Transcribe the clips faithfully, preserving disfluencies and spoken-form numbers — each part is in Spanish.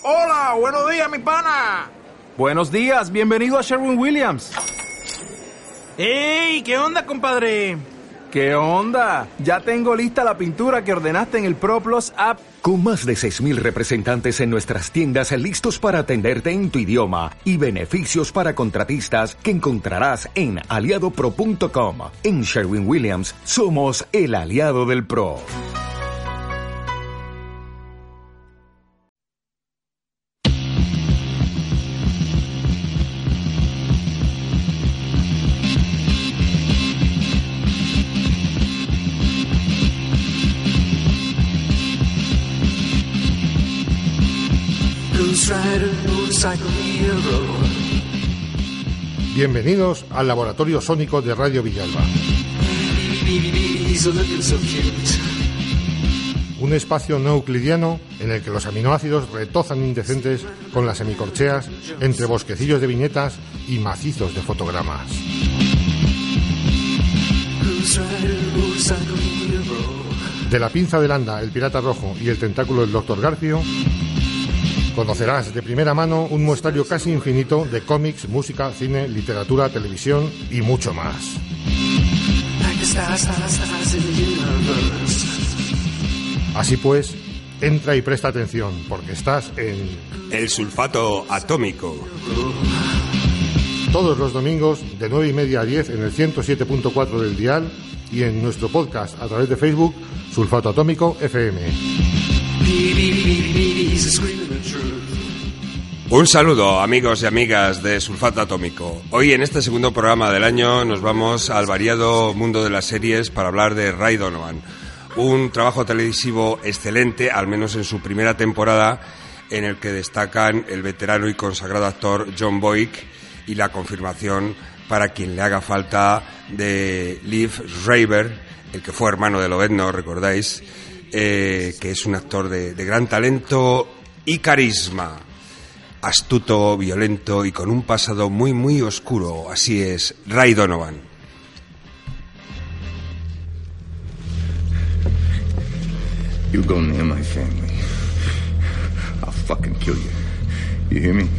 Hola, buenos días, mi pana. Buenos días, bienvenido a Sherwin-Williams. ¡Ey! ¿Qué onda, compadre? ¿Qué onda? Ya tengo lista la pintura que ordenaste en el ProPlus app. Con más de seis mil representantes en nuestras tiendas listos para atenderte en tu idioma y beneficios para contratistas que encontrarás en aliado pro punto com. En Sherwin-Williams somos el aliado del pro. Bienvenidos al Laboratorio Sónico de Radio Villalba. Un espacio no euclidiano en el que los aminoácidos retozan indecentes con las semicorcheas entre bosquecillos de viñetas y macizos de fotogramas. De la pinza del anda, el pirata rojo y el tentáculo del doctor Garfio, conocerás de primera mano un muestrario casi infinito de cómics, música, cine, literatura, televisión y mucho más. Así pues, entra y presta atención, porque estás en... El sulfato atómico. Todos los domingos, de nueve y media a diez, en el ciento siete punto cuatro del dial, y en nuestro podcast a través de Facebook, Sulfato Atómico F M. Un saludo, amigos y amigas de Sulfato Atómico. Hoy, en este segundo programa del año, nos vamos al variado mundo de las series para hablar de Ray Donovan. Un trabajo televisivo excelente, al menos en su primera temporada, en el que destacan el veterano y consagrado actor Jon Voight y la confirmación, para quien le haga falta, de Liv Schreiber, el que fue hermano de Lobezno, recordáis, eh, que es un actor de, de gran talento y carisma. Astuto, violento y con un pasado muy, muy oscuro. Así es, Ray Donovan. You go near my family, I'll fucking kill you. You hear me?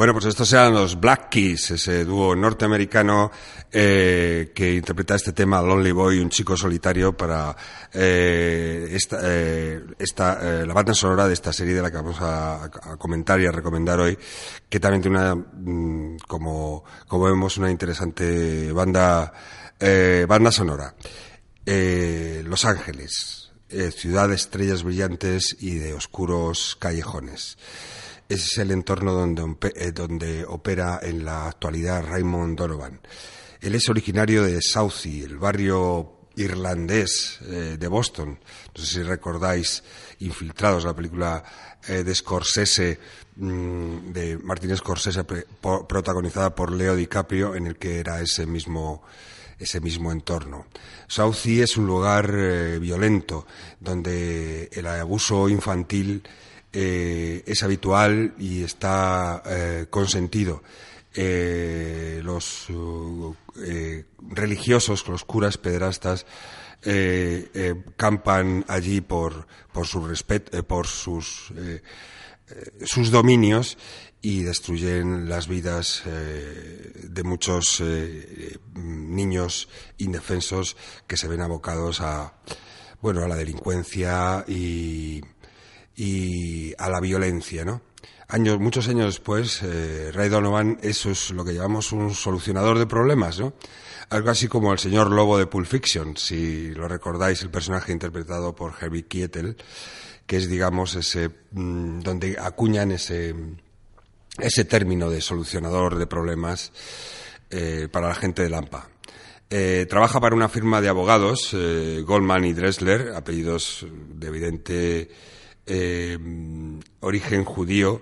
Bueno, pues estos eran los Black Keys, ese dúo norteamericano eh, que interpreta este tema Lonely Boy, un chico solitario, para eh, esta, eh, esta eh, la banda sonora de esta serie de la que vamos a, a comentar y a recomendar hoy, que también tiene una, mm, como, como vemos, una interesante banda, eh, banda sonora. Eh, Los Ángeles, eh, ciudad de estrellas brillantes y de oscuros callejones. Ese es el entorno donde, eh, donde opera en la actualidad Raymond Donovan. Él es originario de Southie, el barrio irlandés eh, de Boston. No sé si recordáis Infiltrados, la película eh, de Scorsese, mmm, de Martin Scorsese, pre, por, protagonizada por Leo DiCaprio, en el que era ese mismo, ese mismo entorno. Southie es un lugar eh, violento, donde el abuso infantil Eh, es habitual y está eh, consentido. Eh, los uh, eh, religiosos, los curas pederastas, eh, eh, campan allí por por su respeto, eh, por sus eh, eh, sus dominios, y destruyen las vidas eh, de muchos eh, niños indefensos que se ven abocados a bueno a la delincuencia y y a la violencia, ¿no? Años, muchos años después, eh, Ray Donovan, eso es lo que llamamos un solucionador de problemas, ¿no? Algo así como el señor Lobo de Pulp Fiction, si lo recordáis, el personaje interpretado por Harvey Keitel, que es, digamos, ese mmm, donde acuñan ese ese término de solucionador de problemas eh, para la gente de Lampa. Eh, trabaja para una firma de abogados, eh, Goldman y Dressler, apellidos de evidente Eh, origen judío,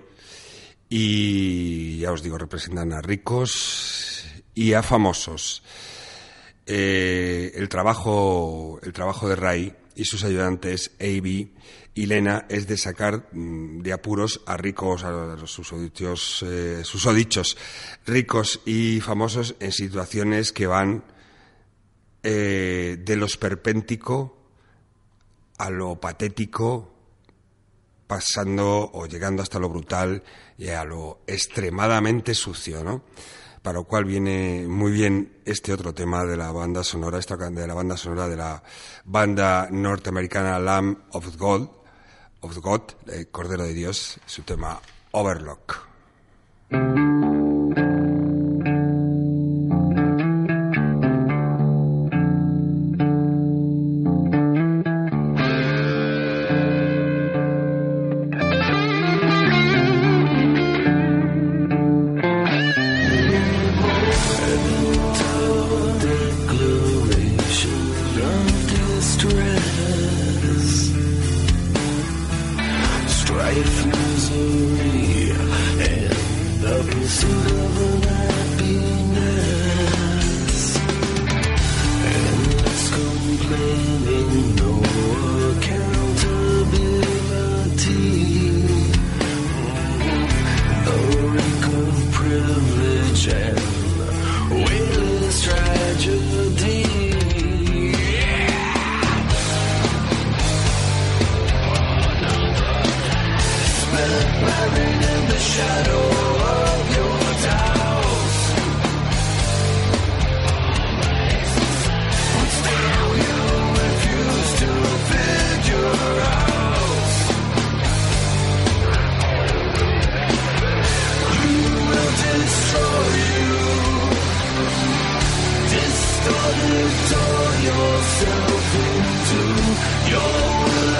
y ya os digo, representan a ricos y a famosos. Eh, el trabajo el trabajo de Ray y sus ayudantes A B y Lena es de sacar de apuros a ricos, a los susodichos, eh, susodichos ricos y famosos en situaciones que van eh, de lo esperpéntico a lo patético, pasando o llegando hasta lo brutal y a lo extremadamente sucio, ¿no? Para lo cual viene muy bien este otro tema de la banda sonora, esta de la banda sonora de la banda norteamericana Lamb of God, of God, eh, Cordero de Dios, su tema Overlook.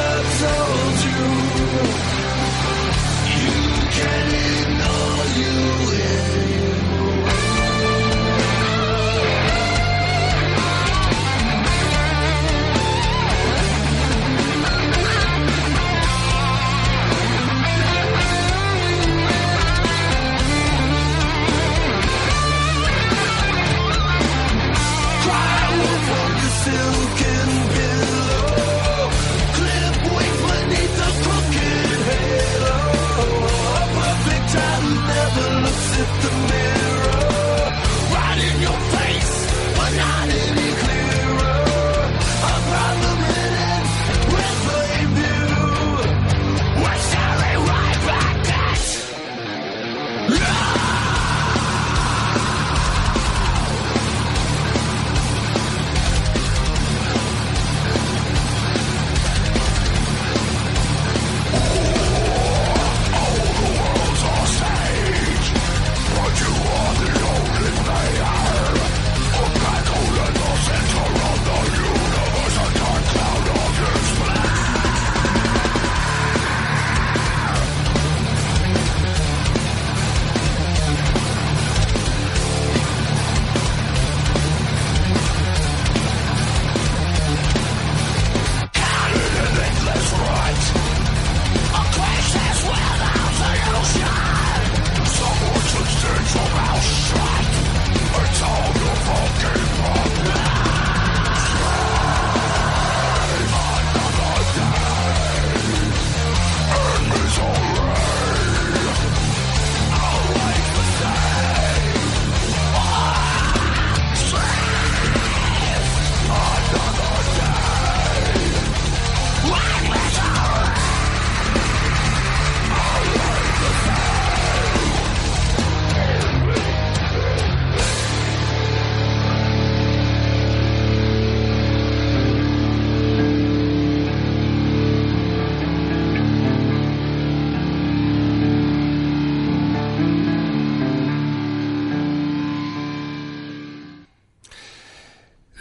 You can ignore you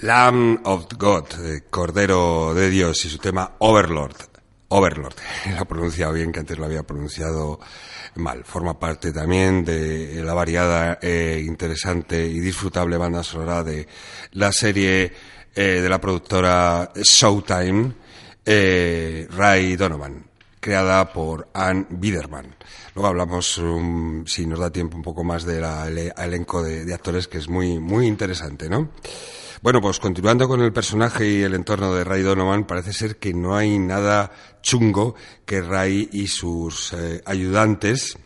Lamb of God, eh, Cordero de Dios, y su tema Overlord. Overlord, lo ha pronunciado bien, que antes lo había pronunciado mal. Forma parte también de la variada, eh, interesante y disfrutable banda sonora de la serie eh, de la productora Showtime, eh, Ray Donovan, creada por Ann Biderman. Luego hablamos, um, si nos da tiempo, un poco más del ele- elenco de, de actores, que es muy, muy interesante, ¿no? Bueno, pues continuando con el personaje y el entorno de Ray Donovan, parece ser que no hay nada chungo que Ray y sus eh, ayudantes,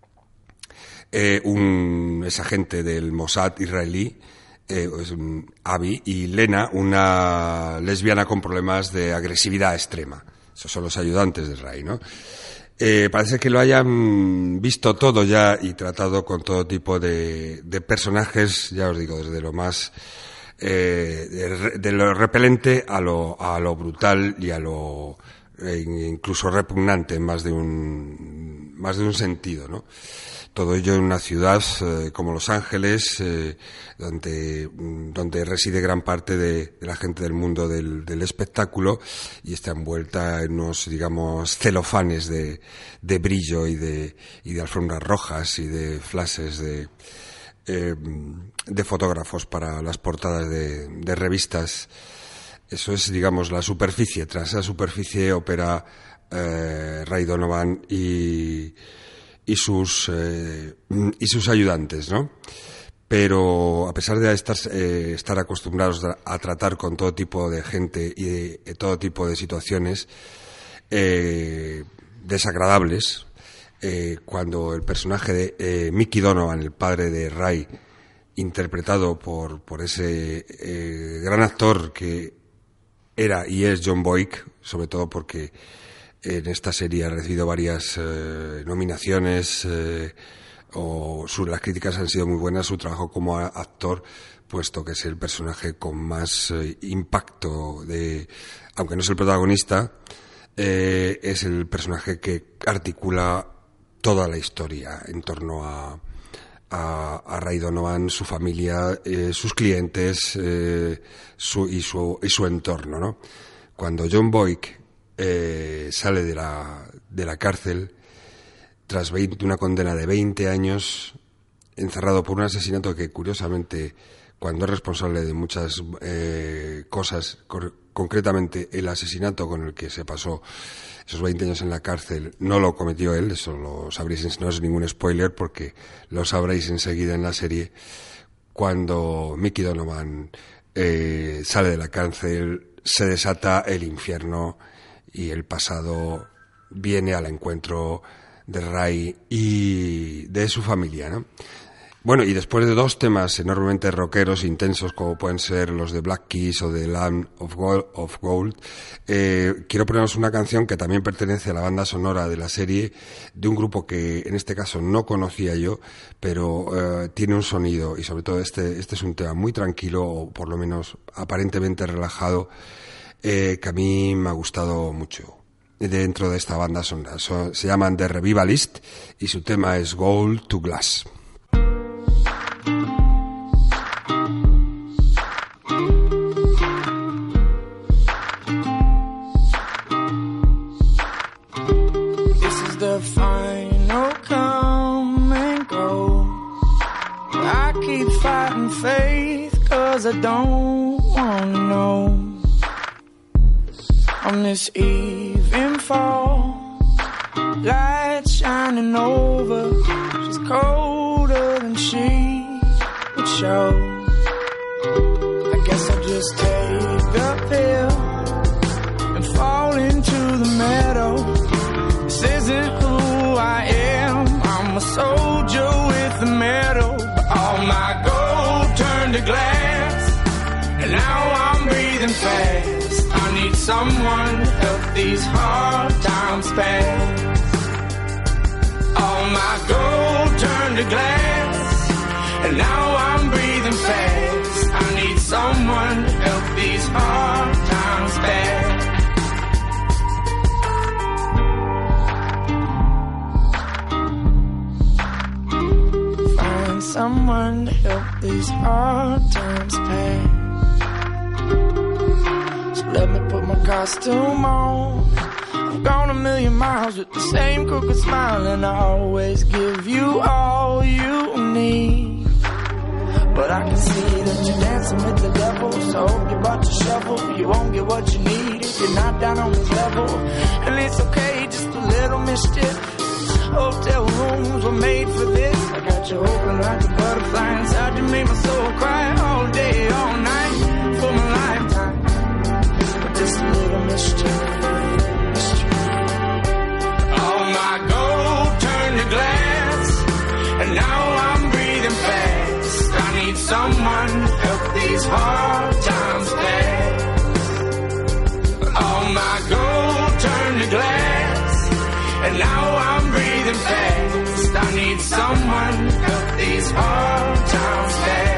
eh, un ex agente del Mossad israelí, eh, Abby, y Lena, una lesbiana con problemas de agresividad extrema. Esos son los ayudantes de Ray, ¿no? Eh, parece que lo hayan visto todo ya y tratado con todo tipo de, de personajes, ya os digo, desde lo más eh, de, de lo repelente a lo, a lo brutal y a lo eh, incluso repugnante en más de un, más de un sentido, ¿no? Todo ello en una ciudad eh, como Los Ángeles, eh, donde, donde reside gran parte de, de la gente del mundo del, del espectáculo, y está envuelta en unos, digamos, celofanes de, de brillo y de, y de alfombras rojas y de flashes de, eh, de fotógrafos para las portadas de, de revistas. Eso es, digamos, la superficie. Tras esa superficie opera eh, Ray Donovan y y sus eh, y sus ayudantes, ¿no? Pero a pesar de estar, eh, estar acostumbrados a tratar con todo tipo de gente y de, de todo tipo de situaciones eh, desagradables, eh, cuando el personaje de eh, Mickey Donovan, el padre de Ray, interpretado por por ese eh, gran actor que era y es John Boyega, sobre todo porque en esta serie ha recibido varias eh, nominaciones, eh, o su, las críticas han sido muy buenas. Su trabajo como actor, puesto que es el personaje con más eh, impacto, de, aunque no es el protagonista, eh, es el personaje que articula toda la historia en torno a, a, a Ray Donovan, su familia, eh, sus clientes eh, su, y, su, y su entorno, ¿no? Cuando John Boyega Eh, sale de la, de la cárcel tras veinte, una condena de veinte años, encerrado por un asesinato que, curiosamente, cuando es responsable de muchas eh, cosas, cor- concretamente el asesinato con el que se pasó esos veinte años en la cárcel, no lo cometió él. Eso lo sabréis, no es ningún spoiler porque lo sabréis enseguida en la serie. Cuando Mickey Donovan eh, sale de la cárcel, se desata el infierno y el pasado viene al encuentro de Ray y de su familia, ¿no? Bueno, y después de dos temas enormemente rockeros, intensos, como pueden ser los de Black Keys o de Lamb of Gold, of Gold eh, quiero poneros una canción que también pertenece a la banda sonora de la serie, de un grupo que en este caso no conocía yo, pero eh, tiene un sonido, y sobre todo este, este es un tema muy tranquilo, o por lo menos aparentemente relajado, Eh, que a mí me ha gustado mucho dentro de esta banda sonora. So, se llaman The Revivalist y su tema es Gold to Glass. This is the final come and go. I keep fighting faith 'cause I don't wanna know. On this eve in fall, light shining over, she's colder than she would show. I guess I'll just take the pill and fall into the meadow. This isn't who I am, I'm a soldier with a medal. But all my gold turned to glass, and now I'm breathing fast. I need someone to help these hard times pass. All my gold turned to glass, and now I'm breathing fast. I need someone to help these hard times pass. Find someone to help these hard times pass. let me put my costume on. I've gone a million miles with the same crooked smile, and I always give you all you need. But I can see that you're dancing with the devil, so hope you brought your shovel. You won't get what you need if you're not down on his level. And it's okay, just a little mischief. Hotel rooms were made for this. I got you open like a butterfly inside. You made my soul cry all day, all night, for my lifetime. But just a little mischief, mischief. All my gold turned to glass, and now I'm breathing fast. I need someone to help these hard times pass. All my gold turned to glass, and now I'm breathing fast. I need someone to help these hard times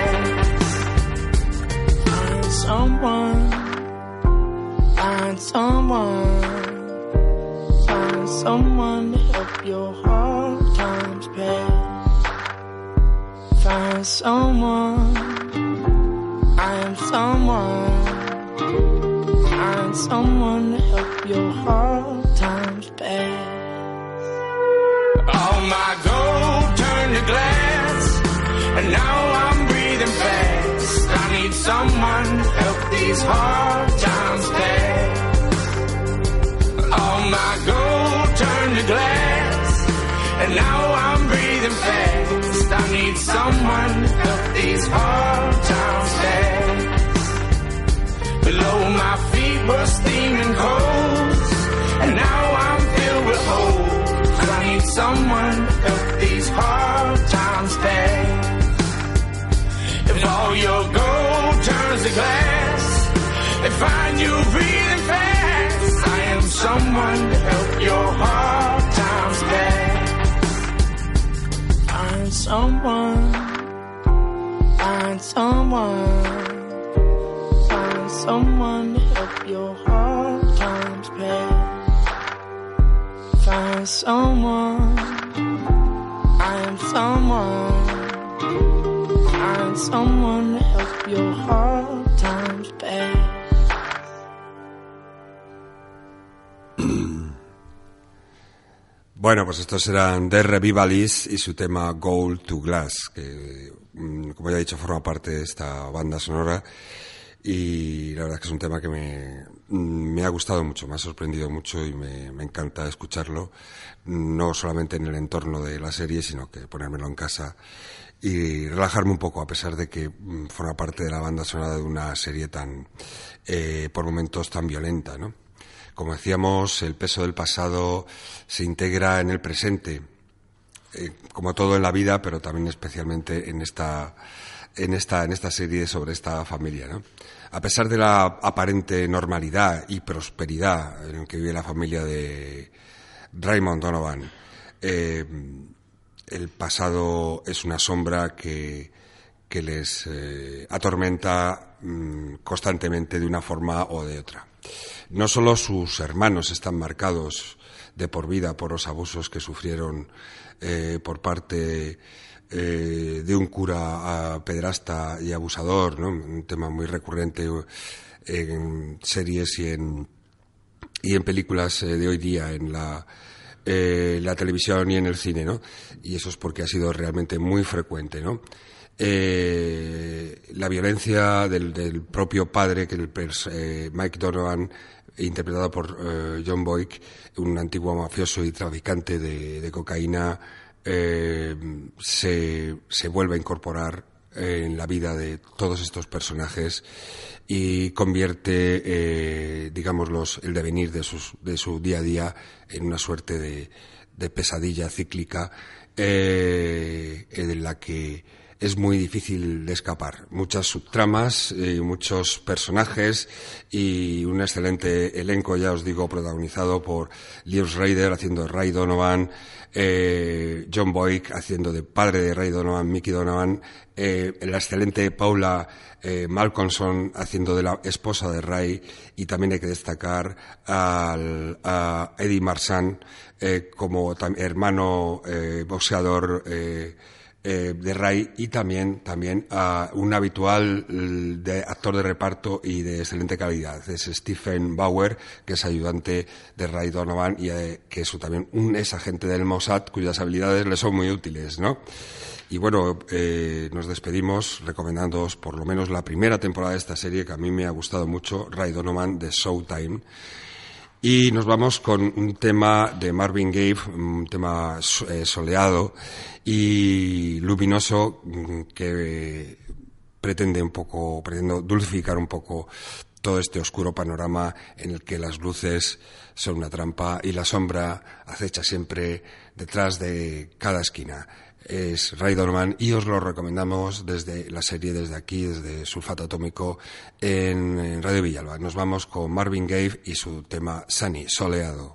pass. Find someone, find someone, find someone to help your hard times pass. Find someone, I am someone, find someone to help your hard times pass. All my gold turned to glass, and now I'm breathing fast. I need someone to help these hard times pass. All my gold turned to glass, and now I'm breathing fast. I need someone to help these hard times pass. Below my feet were steaming coals, and now I'm filled with hope. I need someone to help these hard times pass. If all your gold turns to glass, they find you breathing fast. I am someone to help your hard times pass. Find someone, find someone, find someone to help your hard times pass. Find someone, I am someone, find someone to help your hard times pass. Bueno, pues estos eran The Revivalists y su tema Gold to Glass, que, como ya he dicho, forma parte de esta banda sonora. Y la verdad es que es un tema que me, me ha gustado mucho, me ha sorprendido mucho y me, me encanta escucharlo, no solamente en el entorno de la serie, sino que ponérmelo en casa y relajarme un poco, a pesar de que forma parte de la banda sonora de una serie tan, eh, por momentos tan violenta, ¿no? Como decíamos, el peso del pasado se integra en el presente, eh, como todo en la vida, pero también especialmente en esta en esta en esta serie sobre esta familia, ¿no? A pesar de la aparente normalidad y prosperidad en que vive la familia de Raymond Donovan, eh, el pasado es una sombra que que les eh, atormenta mmm, constantemente de una forma o de otra. No solo sus hermanos están marcados de por vida por los abusos que sufrieron eh, por parte Eh, de un cura a pederasta y abusador, ¿no? Un tema muy recurrente en series y en y en películas eh, de hoy día, en la eh, la televisión y en el cine, ¿no? Y eso es porque ha sido realmente muy frecuente, ¿no? Eh, la violencia del, del propio padre, que el eh, Mike Donovan, interpretado por eh, John Boyk, un antiguo mafioso y traficante de, de cocaína, Eh, se, se vuelve a incorporar eh, en la vida de todos estos personajes y convierte, eh, digamos, los, el devenir de, sus, de su día a día en una suerte de, de pesadilla cíclica eh, en la que es muy difícil de escapar. Muchas subtramas, eh, muchos personajes y un excelente elenco, ya os digo, protagonizado por Liv Schreiber haciendo de Ray Donovan, eh, John Boyk haciendo de padre de Ray Donovan, Mickey Donovan, eh, la excelente Paula eh, Malcolmson haciendo de la esposa de Ray, y también hay que destacar al, a Eddie Marsan eh, como tam, hermano eh, boxeador eh, eh, de Ray, y también, también a un habitual de actor de reparto y de excelente calidad. Es Stephen Bauer, que es ayudante de Ray Donovan y eh, que es también un ex agente del Mossad, cuyas habilidades le son muy útiles, ¿no? Y bueno, eh, nos despedimos recomendándoos por lo menos la primera temporada de esta serie, que a mí me ha gustado mucho, Ray Donovan de Showtime. Y nos vamos con un tema de Marvin Gaye, un tema eh, soleado y luminoso que pretende un poco, pretende dulcificar un poco todo este oscuro panorama en el que las luces son una trampa y la sombra acecha siempre detrás de cada esquina. Es Ray Donovan y os lo recomendamos desde la serie, desde aquí, desde Sulfato Atómico en, en Radio Villalba. Nos vamos con Marvin Gaye y su tema Sunny, soleado.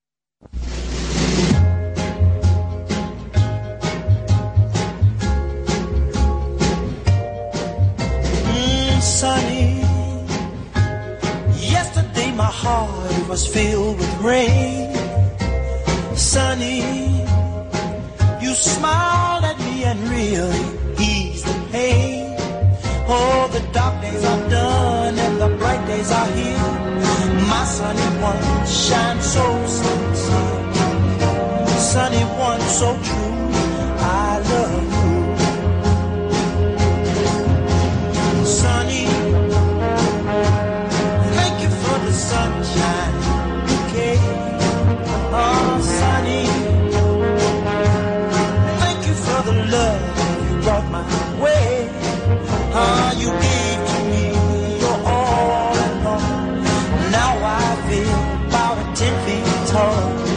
Mm, sunny, yesterday my heart was filled with rain. Sunny, you smiled at me and really eased the pain. Oh, the dark days are done and the bright days are here. My sunny one shines so sincere. Sunny one so true, I love you. Sunny, thank you for the sunshine you gave. Oh, sunny, the love you brought my way. Ah, you gave to me your all and all. Now I feel about ten feet tall.